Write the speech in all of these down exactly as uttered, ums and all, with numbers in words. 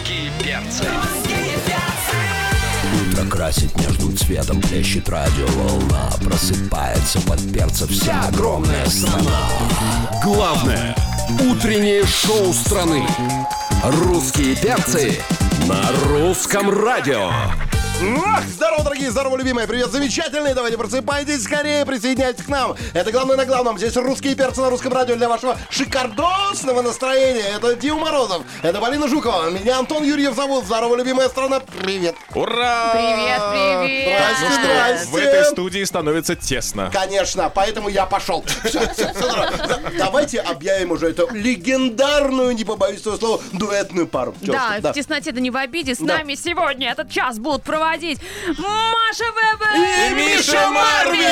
Русские перцы. Утро красит между цветом, плещет радиоволна. Просыпается под перцем вся огромная страна. Главное утреннее шоу страны. Русские перцы на русском радио. Ох, здорово, дорогие, здорово, любимые, привет, замечательные, давайте просыпайтесь скорее, присоединяйтесь к нам. Это главное на главном, здесь русские перцы на русском радио для вашего шикардосного настроения. Это Дима Морозов, это Полина Жукова, меня Антон Юрьев зовут, здорово, любимая страна, привет. Ура! Привет, привет! Здрасте, Ну что, здрасте. в этой студии становится тесно. Конечно, поэтому я пошел. Всё, всё, всё нормально. Да, давайте объявим уже эту легендарную, не побоюсь этого слова, дуэтную пару. Чё Да, ж, в тесноте да не в обиде. С Да. нами сегодня этот час будут проводить Маша Вебер И Миша Марвин!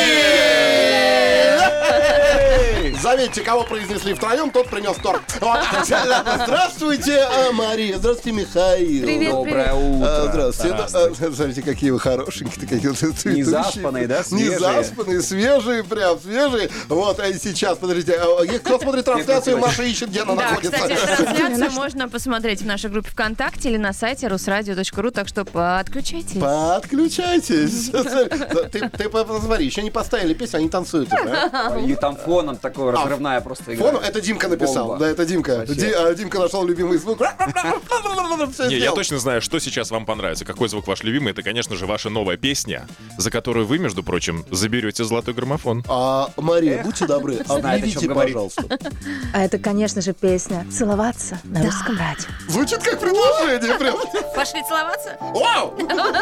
Заметьте, кого произнесли втроем, тот принес торт. Вот. Здравствуйте, а, Мария. Здравствуйте, Михаил. Привет, Доброе привет. утро. А, Здравствуйте. Здравствуйте. А, Смотрите, какие вы хорошенькие, какие вот цветущие. Не заспанные, да, свежие? Не заспанные, свежие, прям свежие. Вот, а сейчас, подождите, а, кто смотрит трансляцию, Маша ищет, где она Да, находится. кстати, трансляцию можно посмотреть в нашей группе ВКонтакте или на сайте русрадио точка ру, так что подключайтесь. Подключайтесь. Ты, ты посмотри, еще не поставили песню, они танцуют. Да? И там фоном такое разрывная просто игра. Фону это Димка написал. Бомба. Да, это Димка. Вообще. Ди- а, Димка нашел любимый звук. Всё Не, я сделал. точно знаю, что сейчас вам понравится. Какой звук ваш любимый? Это, конечно же, ваша новая песня, за которую вы, между прочим, заберете золотой граммофон. А, Мария, будьте добры, знает, о объявите, чем говорит. пожалуйста. А это, конечно же, песня «Целоваться» на русском радио. Звучит как предложение прям. Пошли целоваться? Вау!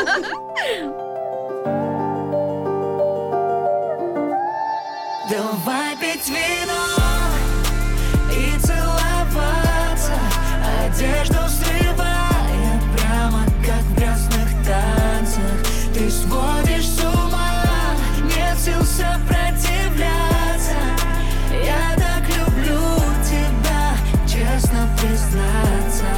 Давай пить вино и целоваться, одежду срывая прямо как в грязных танцах. Ты сводишь с ума, нет сил сопротивляться. Я так люблю тебя, честно признаться.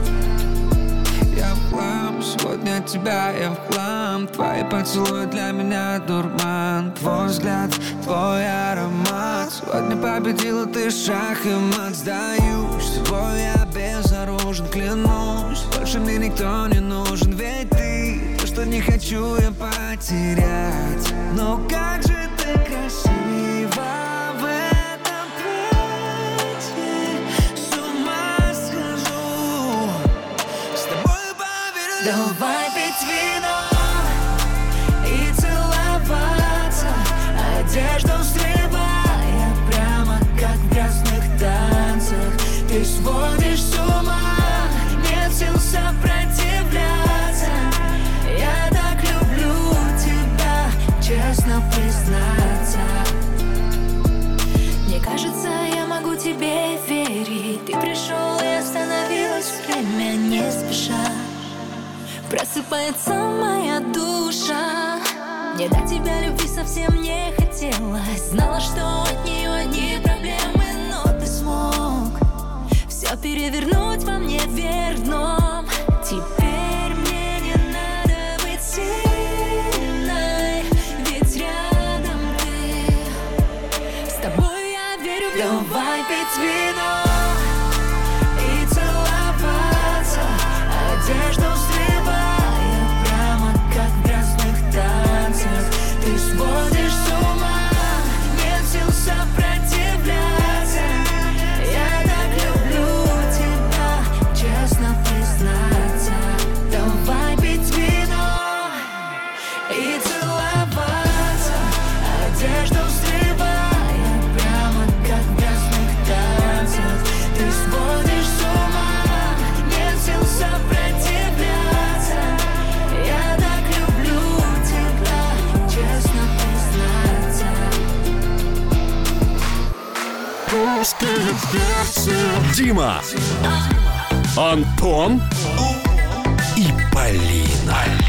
Я в хлам, сегодня от тебя я в хлам. Твои поцелуи для меня дурман. Твой взгляд, твой аромат. Сегодня победила ты шах и мат. Сдаюсь, с тобой я безоружен, клянусь. Больше мне никто не нужен, ведь ты то, что не хочу я потерять. Но как же ты красива в этом платье. С ума схожу, с тобой поверю. Давай пить вино и целоваться, одежду срывая прямо как в грязных танцах. Ты сводишь с ума, нет сил сопротивляться. Я так люблю тебя, честно признаться. Мне кажется, я могу тебе верить. Ты пришел и остановилось время не спеша. Просыпается моя душа. Мне до тебя любви совсем не хотелось. Знала, что от нее одни проблемы, но ты смог все перевернуть во мне вверх дном. Теперь мне не надо быть сильной, ведь рядом ты. С тобой я верю в любовь. Давай пить вино и целоваться, одежду срывая прямо как в грязных танцах. Ты сводишь с ума, нет сил сопротивляться. Я так люблю тебя, честно признаться. Давай пить вино и целоваться, одежду срывая прямо как в грязных танцах. Ты сводишь с ума, нет сил сопротивляться. Я так люблю тебя, честно признаться. Русские перцы. Дима, Антон и Полина.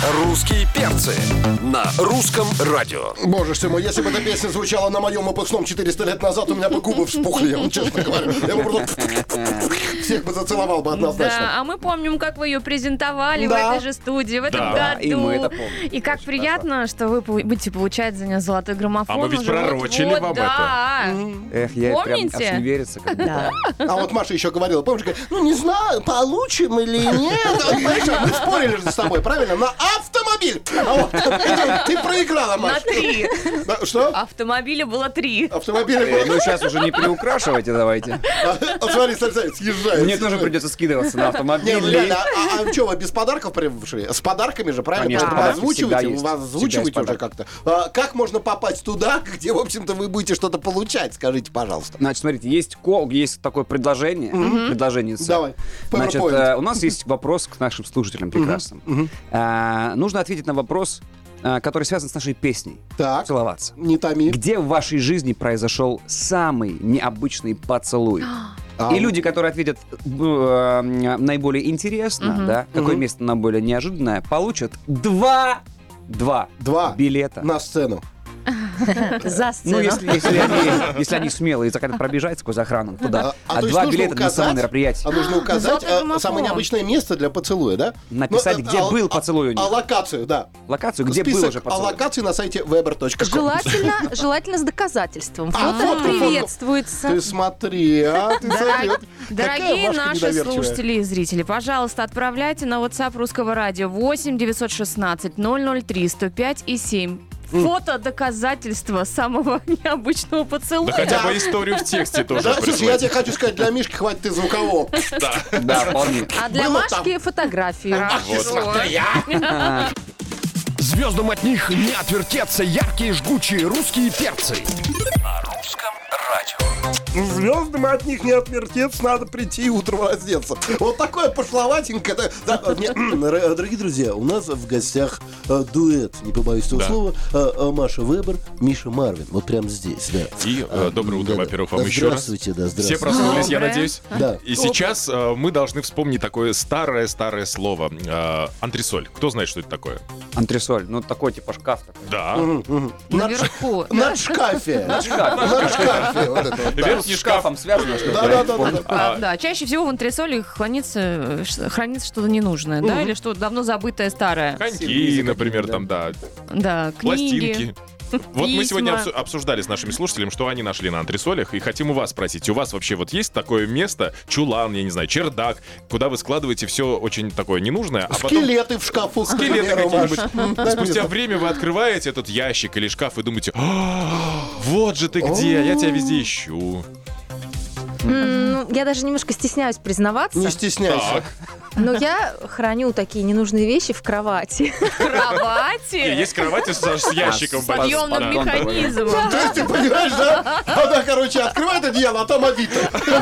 Русские перцы на русском радио. Боже ты мой, если бы эта песня звучала на моем выпускном четыреста лет назад, у меня бы губы вспухли, я вам честно говорю. Я бы просто всех бы зацеловал бы однозначно. Да, а мы помним, как вы ее презентовали Да. в этой же студии в этом Да. году. И мы это помним. И как Очень приятно, что вы пу- будете получать за нее золотой граммофон. А мы ведь уже пророчили вот-вот, вам да. Эх, я прям Помните? аж не верится. как будто. А вот Маша еще говорила, помнишь, говорит, ну не знаю, получим или нет. Понимаешь, мы спорили же с тобой, правильно? На автомобиль. А вот, ты проиграла, На Маша. три. Да, Что? Автомобиля было три. Автомобиль Э, был... Ну, сейчас уже не приукрашивайте, давайте. А, Смотри, смотри, смотри, съезжает. Мне тоже придется скидываться на Не, автомобиль. ну реально, а, а что, вы без подарков пришли? С подарками же, правильно? Конечно, Поэтому подарки озвучивайте, всегда есть. вы озвучивайте Всегда уже есть как-то. А, как можно попасть туда, где, в общем-то, вы будете что-то получать? Скажите, пожалуйста. Значит, смотрите, есть, ко- есть такое предложение. Предложение. Давай. Значит, PowerPoint. э, у нас есть вопрос к нашим слушателям прекрасным. Э, Нужно ответить на вопрос, э, который связан с нашей песней. Так, Целоваться. не томи. Где в вашей жизни произошел самый необычный поцелуй? А, И люди, которые ответят э, наиболее интересно, да, какое место наиболее неожиданное, получат два, два, Два. билета. На сцену. За сцену. Ну, если, если, они, если они смелые захотят пробежать сквозь охрану туда. А, А, то есть два нужно билета на само указать- мероприятие. А нужно указать Золотой а, граммофон. самое необычное место для поцелуя, да? Написать, Ну, где а- был а- поцелуй у них. А локацию, да. Локацию, где Список был уже поцелуй. локации на сайте weber точка com. Желательно, желательно с доказательством. А, Фото фотку, фотку. приветствуется. Ты смотри, а ты смотри. вот Дорогие какая Машка наши недоверчивая. слушатели и зрители, пожалуйста, отправляйте на WhatsApp Русского радио восемь девятьсот шестнадцать ноль ноль три сто пять и семь. Фото доказательства самого необычного поцелуя. Да хотя бы историю в тексте тоже Да, слушай, я прислать. тебе хочу сказать, для Мишки хватит и звукового. Да, вполне. А для Было Машки фотографию. Звездам от них не отвертеться яркие жгучие русские перцы. Звездам от них не отвертеться, надо прийти и утром раздеться. Вот такое пошловатенькое. Да, да, мне- р- Дорогие друзья, у нас в гостях э, дуэт, не побоюсь этого Да. слова, э, э, Маша Вебер, Миша Марвин. Вот прямо здесь, да. И э, доброе утро, Да, да. во-первых, вам Да, еще раз. Здравствуйте, да, Все здравствуйте. проснулись, я Доброе. надеюсь. Да. И сейчас э, мы должны вспомнить такое старое-старое слово. Э, антресоль. Кто знает, что это такое? Антресоль, ну такой типа шкаф такой. Да. Наверху. Над шкафе. Над шкафе. Вот это вот, да. Верхний С шкаф. шкафом связано, что ли? Да, да, да, да, да. А, да, чаще всего в антресоле хранится, э, ш- хранится что-то ненужное, да, или что давно забытое старое. Коньки, Сервизы например, какие-то, там, да. Да, книги. Пластинки. Вот мы сегодня письма. обсу- обсуждали с нашими слушателями, что они нашли на антресолях, и хотим у вас спросить, у вас вообще вот есть такое место, чулан, я не знаю, чердак, куда вы складываете все очень такое ненужное, а потом Скелеты в шкафу. к скелеты примеру, Маш. какие-нибудь. Да, Спустя не время вы открываете этот ящик или шкаф и думаете, «А, вот же ты где, я тебя везде ищу. М, Я даже немножко стесняюсь признаваться, Не стесняйся. Так, но я храню такие ненужные вещи в кровати. В кровати. есть кровати с, с ящиком. С большим. подъемным Да. механизмом. То есть ты понимаешь, да? Она, короче, открывает одеяло, а там Авито.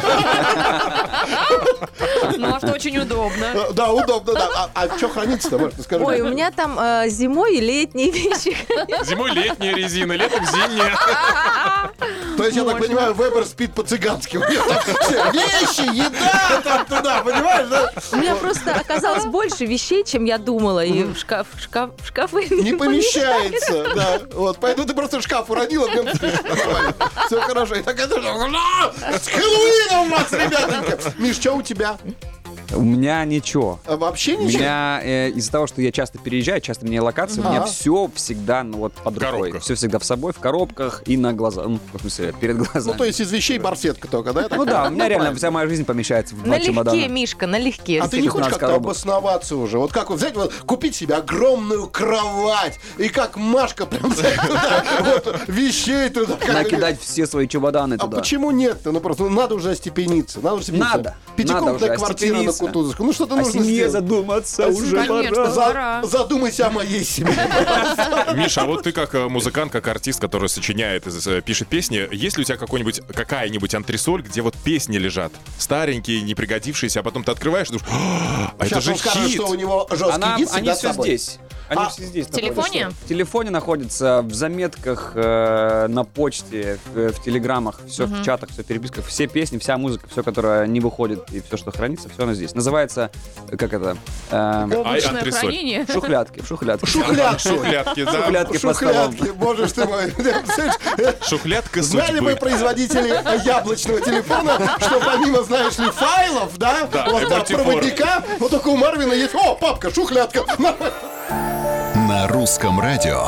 Ну, а что очень удобно. Э, Да, удобно, да. А, а что хранится-то, Маш, ты скажи? Ой, у меня там э, зимой и летние вещи. Зимой летняя резина, летом зимняя. То есть, я так понимаю, Вебер спит по-цыгански. У него там все вещи, еда, там туда, понимаешь, да? У меня просто оказалось больше вещей, чем я думала, и в шкаф, в шкаф, в шкафы Не помещается, да. Вот, поэтому ты просто шкаф уронила, в нем спишь. Нормально. Все хорошо. И так это же, «А, с Хэллоуином вас, ребятонька. Миш, что у тебя? У меня ничего. А вообще У ничего? меня э, из-за того, что я часто переезжаю, часто меняю локации, у меня Ага. все всегда ну, вот под рукой. коробках. Все всегда в собой, в коробках и на глазах. Ну, в смысле, перед глазами. Ну, то есть из вещей барсетка только, да? я так Ну да, у понимаю? меня реально правильно. вся моя жизнь помещается в два Налегке, чемодана. Мишка, налегке. А ты не хочешь пятнадцать как-то коробок. обосноваться уже? Вот как вот взять, вот, купить себе огромную кровать, и как Машка прям взять туда, вот, вещей туда. как- Накидать все свои чемоданы А туда. почему нет-то? Ну просто ну, надо уже остепениться. Надо уже остепениться. Надо. Пятикомнатная Надо уже квартира на остепениться. Кутузовском. Ну что-то О нужно семье сделать. задуматься А уже Конечно, пора. За- пора. Задумайся о моей семье. Миша, а вот ты как э, музыкант, как артист, который сочиняет, и э, пишет песни, есть ли у тебя какой-нибудь, какая-нибудь антресоль, где вот песни лежат, старенькие, не пригодившиеся, а потом ты открываешь и думаешь, «А, это Сейчас же он скажет, хит. что у него жесткий Она, гид они всегда с все собой. здесь. Они А, все здесь в телефоне? находятся. В телефоне находятся, в заметках, э, на почте, в, в телеграммах, все в чатах, все в переписках, все песни, вся музыка, все, которое не выходит и все, что хранится, все оно здесь. Называется, э, как это? Э, Облачное антресоль. хранение. шухлядки, в шухлядке. Шухлядки. Шухлядки, да. Шухлядки по столам. Шухлядки, боже ж ты мой. Шухлядка Знали бы судьбы. производители яблочного телефона, что помимо, знаешь ли, файлов, да, Да, вот и так, мультифор. проводника, вот только у Марвина есть, о, папка, шухлядка. На русском радио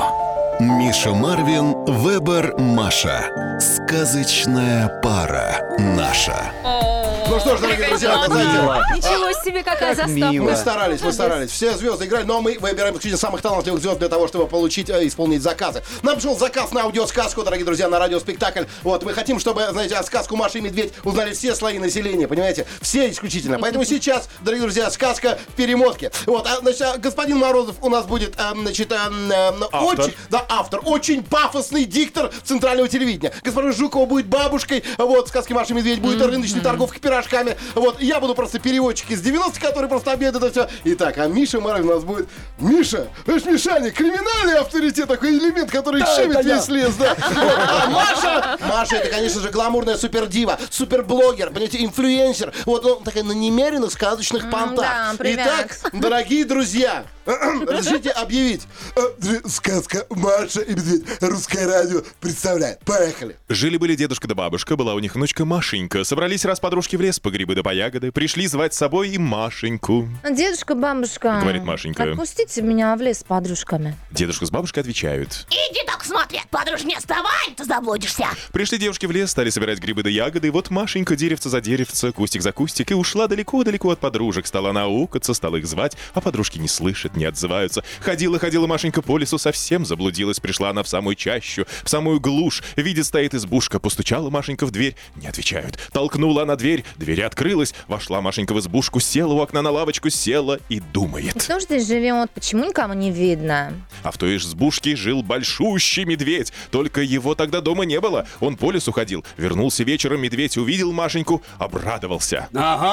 Миша Марвин, Вебер, Маша. Сказочная пара наша. Ну что ж, дорогие друзья, вы знаете, Ничего себе, какая заставка. мило. мы старались, мы старались. Все звезды играли, но мы выбираем исключительно самых талантливых звезд для того, чтобы получить, э, исполнить заказы. Нам пришел заказ на аудиосказку, дорогие друзья, на радиоспектакль. Вот, мы хотим, чтобы, знаете, сказку «Маша и медведь» узнали все слои населения, понимаете? Все исключительно. Поэтому сейчас, дорогие друзья, сказка в перемотке. Вот, а, значит, а, господин Морозов у нас будет, а, значит, а, а, Автор. очень, да, автор, очень пафосный диктор центрального телевидения. Госпожа Жукова будет бабушкой, вот, сказки «Маша и медведь» будет рыночной торговкой пирожками. Вот, я буду просто переводчик из девяностых, который просто обедает это все. Итак, а Миша Марвин у нас будет. Миша, знаешь, Мишаня, криминальный авторитет, такой элемент, который щемит весь лес, да. Вот, а Маша, Маша, это, конечно же, гламурная супердива, суперблогер, понимаете, инфлюенсер. Вот, ну, такая на немеренных сказочных понтах. да, привет. Итак, дорогие друзья, разрешите объявить. Э, Сказка «Маша и медведь». Русское радио представляет. Поехали. Жили-были дедушка да бабушка, была у них внучка Машенька. Собрались раз подружки в лес по грибы да по ягоды. Пришли звать с собой и Машеньку. Дедушка, бабушка, Говорит Машенька. отпустите меня в лес с подружками. Дедушка с бабушкой отвечают. Иди так смотри, подружь, не вставай, ты заблудишься. Пришли девушки в лес, стали собирать грибы да ягоды. И вот Машенька деревце за деревце, кустик за кустик, и ушла далеко-далеко от подружек. Стала наукаться, стала их звать, а подружки не слышат, не отзываются. Ходила-ходила Машенька по лесу, совсем заблудилась. Пришла она в самую чащу, в самую глушь. Видит, стоит избушка. Постучала Машенька в дверь, не отвечают. Толкнула она дверь, дверь открылась. Вошла Машенька в избушку, села у окна на лавочку, села и думает. Кто же здесь живет? Почему никому не видно? А в той избушке жил большущий медведь. Только его тогда дома не было. Он по лесу ходил. Вернулся вечером, медведь увидел Машеньку, обрадовался.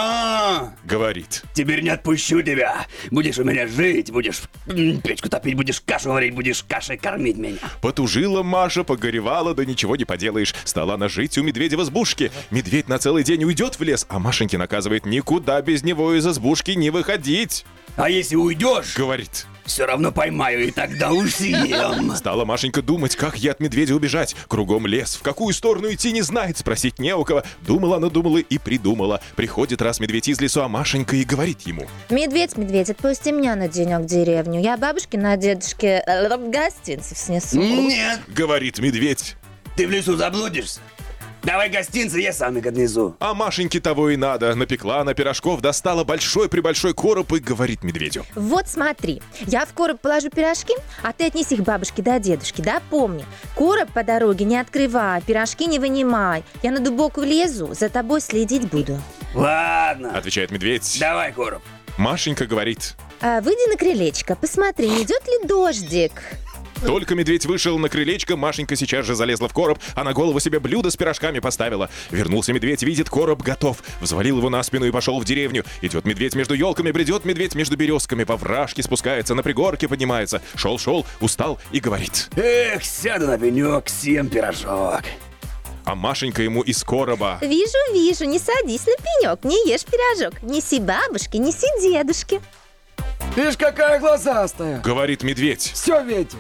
Ага, Говорит. теперь не отпущу тебя. Будешь у меня жить, будешь м, печку топить, будешь кашу варить, будешь кашей кормить меня. Потужила Маша, погоревала, да ничего не поделаешь. Стала она жить у медведя в избушке. Медведь на целый день уйдет в лес, а Машеньке наказывает никуда без него из избушки не выходить. А если уйдешь, Говорит. все равно поймаю, и тогда уж съем. Стала Машенька думать, как ей от медведя убежать. Кругом лес, в какую сторону идти не знает, спросить не у кого. Думала она, думала и придумала. Приходит раз медведь из лесу, а Машенька и говорит ему. Медведь, медведь, отпусти меня на денек в деревню. Я бабушке на дедушке э, гостинцев снесу. Нет, Говорит медведь. ты в лесу заблудишься. Давай гостинцы, я сам их отнесу. А Машеньке того и надо. Напекла она пирожков, достала большой-пребольшой короб и говорит медведю. Вот смотри, я в короб положу пирожки, а ты отнеси их бабушке да дедушке, да, помни. Короб по дороге не открывай, пирожки не вынимай. Я на дубок влезу, за тобой следить буду. Ладно, Отвечает медведь. давай короб. Машенька говорит. А, выйди на крылечко, посмотри, не идет ли дождик. Только медведь вышел на крылечко, Машенька сейчас же залезла в короб, а на голову себе блюдо с пирожками поставила. Вернулся медведь, видит, короб готов. Взвалил его на спину и пошел в деревню. Идет медведь между елками, бредет медведь между березками, во вражке спускается, на пригорке поднимается. Шел-шел, устал и говорит. Эх, сяду на пенек, съем пирожок. А Машенька ему из короба. Вижу, вижу, не садись на пенек, не ешь пирожок. Неси бабушке, неси дедушке. Видишь, какая глазастая. Говорит медведь. Все ветер.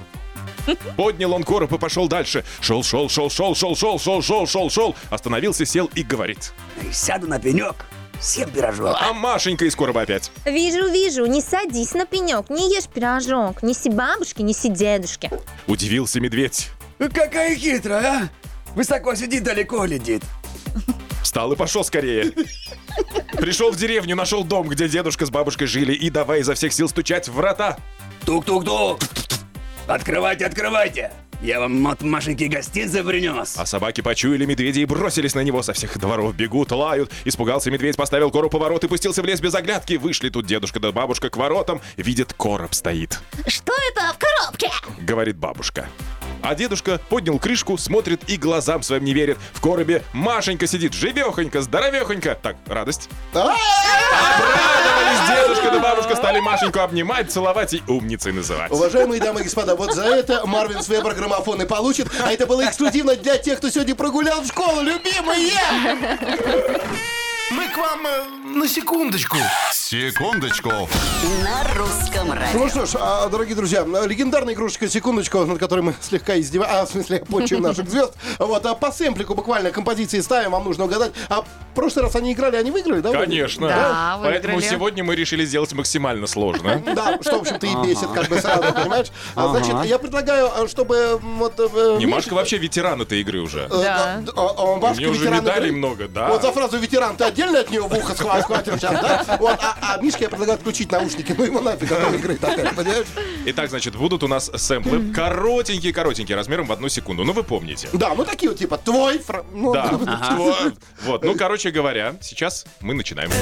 Поднял он короб и пошел дальше. Шел, шел, шел, шел, шел, шел, шел, шел, шел, шел. Остановился, сел и говорит. Сяду на пенек, съем пирожок. А Машенька из короба опять. Вижу, вижу, не садись на пенек, не ешь пирожок. Неси бабушке, неси дедушке. Удивился медведь. Какая хитрая, а? Высоко сидит, далеко летит. Встал и пошел скорее. Пришел в деревню, нашел дом, где дедушка с бабушкой жили, и давай изо всех сил стучать в врата. Тук-тук-тук. Открывайте, открывайте. Я вам от Машеньки гостинцы принес. А собаки почуяли медведя и бросились на него. Со всех дворов бегут, лают. Испугался медведь, поставил короб у ворот и пустился в лес без оглядки. Вышли тут дедушка да бабушка к воротам. Видит, короб стоит. Что это в коробке? Говорит бабушка. А дедушка поднял крышку, смотрит и глазам своим не верит. В коробе Машенька сидит, живехонька, здоровехонька. Так, радость. Обрадовались дедушка да бабушка. Немножко стали Машеньку обнимать, целовать и умницей называть. Уважаемые дамы и господа, вот за это Марвин Свебер граммофон и получит. А это было эксклюзивно для тех, кто сегодня прогулял в школу, любимые! Мы к вам э, на секундочку. Секундочку. На русском радио. Ну что ж, а, дорогие друзья, легендарная игрушечка «Секундочку», над которой мы слегка издеваемся, а, в смысле, почуем наших звезд. Вот, а по сэмплику буквально композиции ставим, вам нужно угадать. А в прошлый раз они играли, они выиграли, да? Конечно. Да, Поэтому выиграли. сегодня мы решили сделать максимально сложно. Да, что, в общем-то, и бесит, как бы сразу, понимаешь? А, значит, я предлагаю, чтобы вот... э, Не, Миша- Машка вообще ветеран этой игры уже. э, Да. а, а, У Машка нее уже ветеран медалей игры. много, да. Вот за фразу «ветеран» ты отдельно от нее в ухо схва- схватил сейчас, да? Вот, а, а Мишке я предлагаю отключить наушники, ну ему нафиг от игры опять, понимаешь? Итак, значит, будут у нас сэмплы коротенькие-коротенькие, размером в одну секунду. Ну, вы помните. Да, ну такие вот, типа, твой... фра- ну, Да. Ага. Вот. Вот. Ну, короче говоря, сейчас мы начинаем.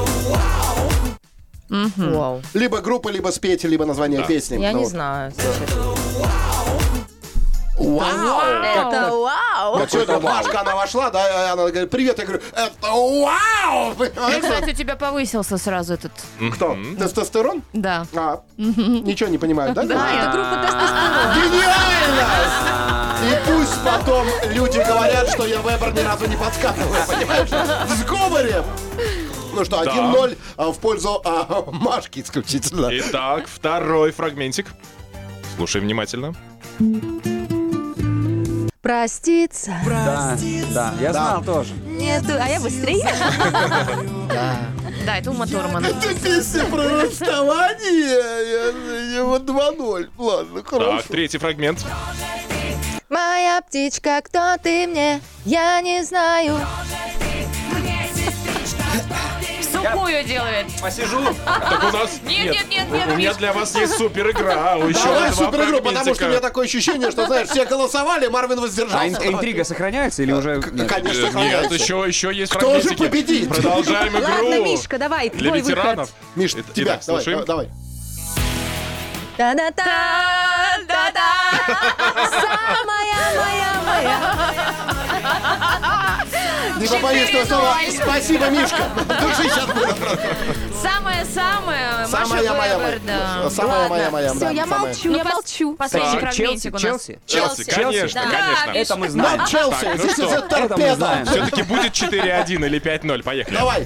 Вау. Либо группа, либо спеть, либо название Да. песни. Я Ну не вот. знаю. слушай. Вау! Это вау. Вот сегодня Машка, она вошла, да, и она говорит, привет, я говорю, это вау! И, кстати, у тебя повысился сразу этот... Кто? Тестостерон? Да. А, ничего не понимают, да? Да, это группа тестостерон. Гениально! И пусть потом люди говорят, что я Вебер ни разу не подсказываю, понимаешь? В сговоре! Ну что, Да. один ноль а, в пользу а, Машки исключительно. Итак, второй фрагментик. Слушай внимательно. Проститься. Да, да, я знал тоже. Нету, а я быстрее. Да, это Ума Турман. Это песня про расставание. Я- я- Вот два ноль. Ладно, хорошо. Так, третий фрагмент. Моя птичка, кто ты мне? Я не знаю. Сухую делает. Посижу. Так у нас... Нет, нет, нет, У нет, меня Миш. для вас есть супер игра. Еще Давай два супер игру, потому что у меня фрагментика. такое ощущение, что, знаешь, все голосовали, Марвин А воздержался. ин- интрига сохраняется или уже... нет? Конечно, Э, Нет, сохраняется. еще, еще есть Кто же фрагментики. победит? Продолжаем игру. Ладно, Мишка, давай, Для твой ветеранов. выход. Миш, Ит- тебя, Итак, давай, слушаем. давай. Та-да-та, да-да. Самая моя моя. Не побоюсь этого слова. Спасибо, Мишка. Души сейчас будет. Самое-самое. Самая моя Вебер, да. моя. Самая моя моя. Все, да, я самая. молчу, Ну, я пос- молчу. Последний Так, фрагментик у нас. Челси? Челси, Челси. конечно, Да. конечно. Это мы Но знаем. Челси, Так, ну this что? is a Это мы торпеда. знаем. Все-таки будет четыре один или пять ноль. Поехали. Давай.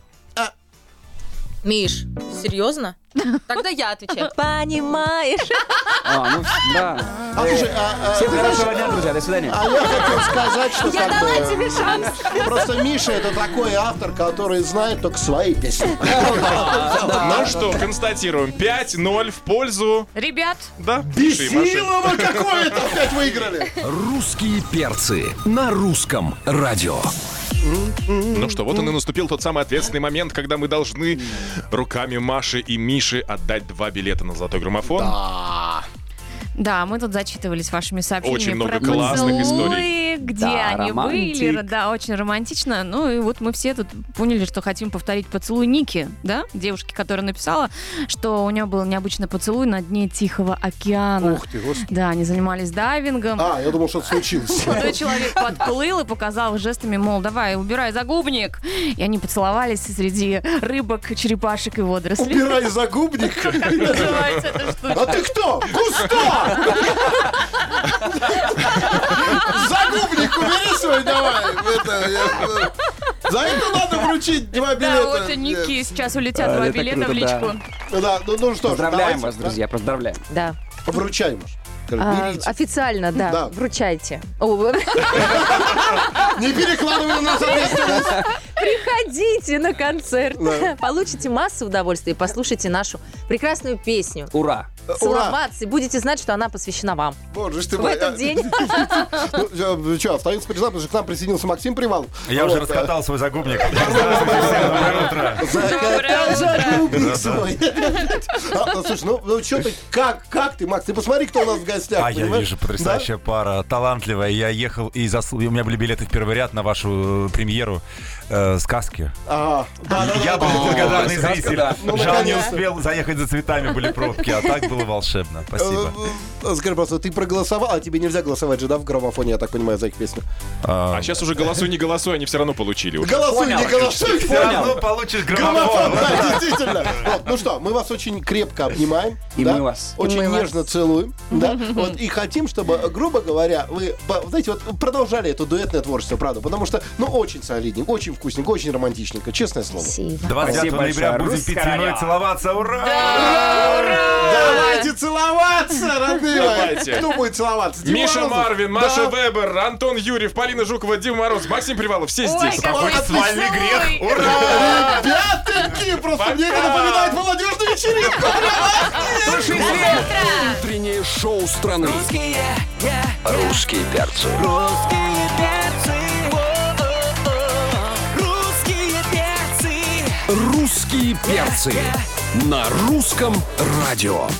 Миш, серьезно? Тогда я отвечаю. Понимаешь? А, ну, да. А слушай, а, а, Всем знаешь, хорошего дня, друзья. До свидания. а я хотел сказать, что Я как дала бы... тебе шанс. Просто Миша это такой автор, который знает только свои песни. Ну что, констатируем. пять ноль в пользу... Ребят, Да, Миши и Маши. Бесилово какое-то опять выиграли. Русские перцы на русском радио. Ну что, вот он и наступил тот самый ответственный момент, когда мы должны руками Маши и Миши отдать два билета на золотой граммофон. да, мы тут зачитывались вашими сообщениями Очень много про классных поцелуи, где Да, они были. романтик. Да, очень романтично. Ну и вот мы все тут поняли, что хотим повторить поцелуй Ники, да, девушки, которая написала, что у нее был необычный поцелуй на дне Тихого океана. Ух ты, господи. Да, они занимались дайвингом. А, я думал, что-то случилось. Молодой человек подплыл и показал жестами, мол, давай, убирай загубник. И они поцеловались среди рыбок, черепашек и водорослей. Убирай загубник. Называется эта штука. А ты кто? Густо! Загубник убери свой, давай. Это, я- За это надо вручить два билета. Да, вот и Ники сейчас улетят А, два это билета в круто, да. личку. Да, ну, ну что ж, Поздравляем давайте, вас, да. друзья, поздравляем. Да. Вручаем, Маш. А, Берите. официально, да, Да. вручайте. О, Не перекладывай на нас ответственность. приходите на концерт. Да. Получите массу удовольствия и послушайте нашу прекрасную песню. Ура! Целоваться, и будете знать, что она посвящена вам. Боже ж ты В мой. этот а- день. Ну, что, остается признать, потому что к нам присоединился Максим Привалов. Я уже Вот, раскатал свой загубник. Доброе утро. Закатал загубник свой. А, ну, Слушай, ну, ну что ты, как, как ты, Макс? Ты посмотри, кто у нас в гостях, А я понимаешь? вижу, потрясающая пара, талантливая. Я ехал и засл... у меня были билеты в первый ряд на вашу э, премьеру э, сказки. Ага, да, да, Я да, был да. благодарный сказка, зритель. да. Ну, Жал, не наконец-то. успел заехать за цветами, были пробки, а так было волшебно. Спасибо. Э, Скажи просто, ты проголосовал, а тебе нельзя голосовать же, да, в граммофоне, я так понимаю, за их песню? А, А сейчас уже голосуй, не голосуй, они все равно получили уже. Голосуй, не голосуй, Все равно получишь Граммофон, граммофон. да, действительно. Вот, Ну что, мы вас очень крепко обнимаем. И да? мы вас. Очень И мы нежно вас. целуем. Да? Вот, и хотим, чтобы, грубо говоря, вы, по- знаете, вот продолжали это дуэтное творчество, правда, потому что, ну, очень солидненько, очень вкусненько, очень романтичненько, честное слово. Спасибо. двадцать девятого Спасибо ноября большое. будем пить Русское вино и радио. целоваться. Ура! Давайте целоваться, родные мои. Давайте. Кто будет целоваться? Дима Миша Морозов? Марвин, Да. Маша Вебер, Антон Юрьев, Полина Жукова, Дима Мороз, Максим Привалов. Все Ой, здесь. какой сексуальный поцелуй. грех. Ура! Ребятки, просто мне это Пока. напоминает молодежную вечеринку. Утреннее шоу страны. Русские, Русские перцы. русские перцы. Русские перцы. Русские перцы. На русском радио.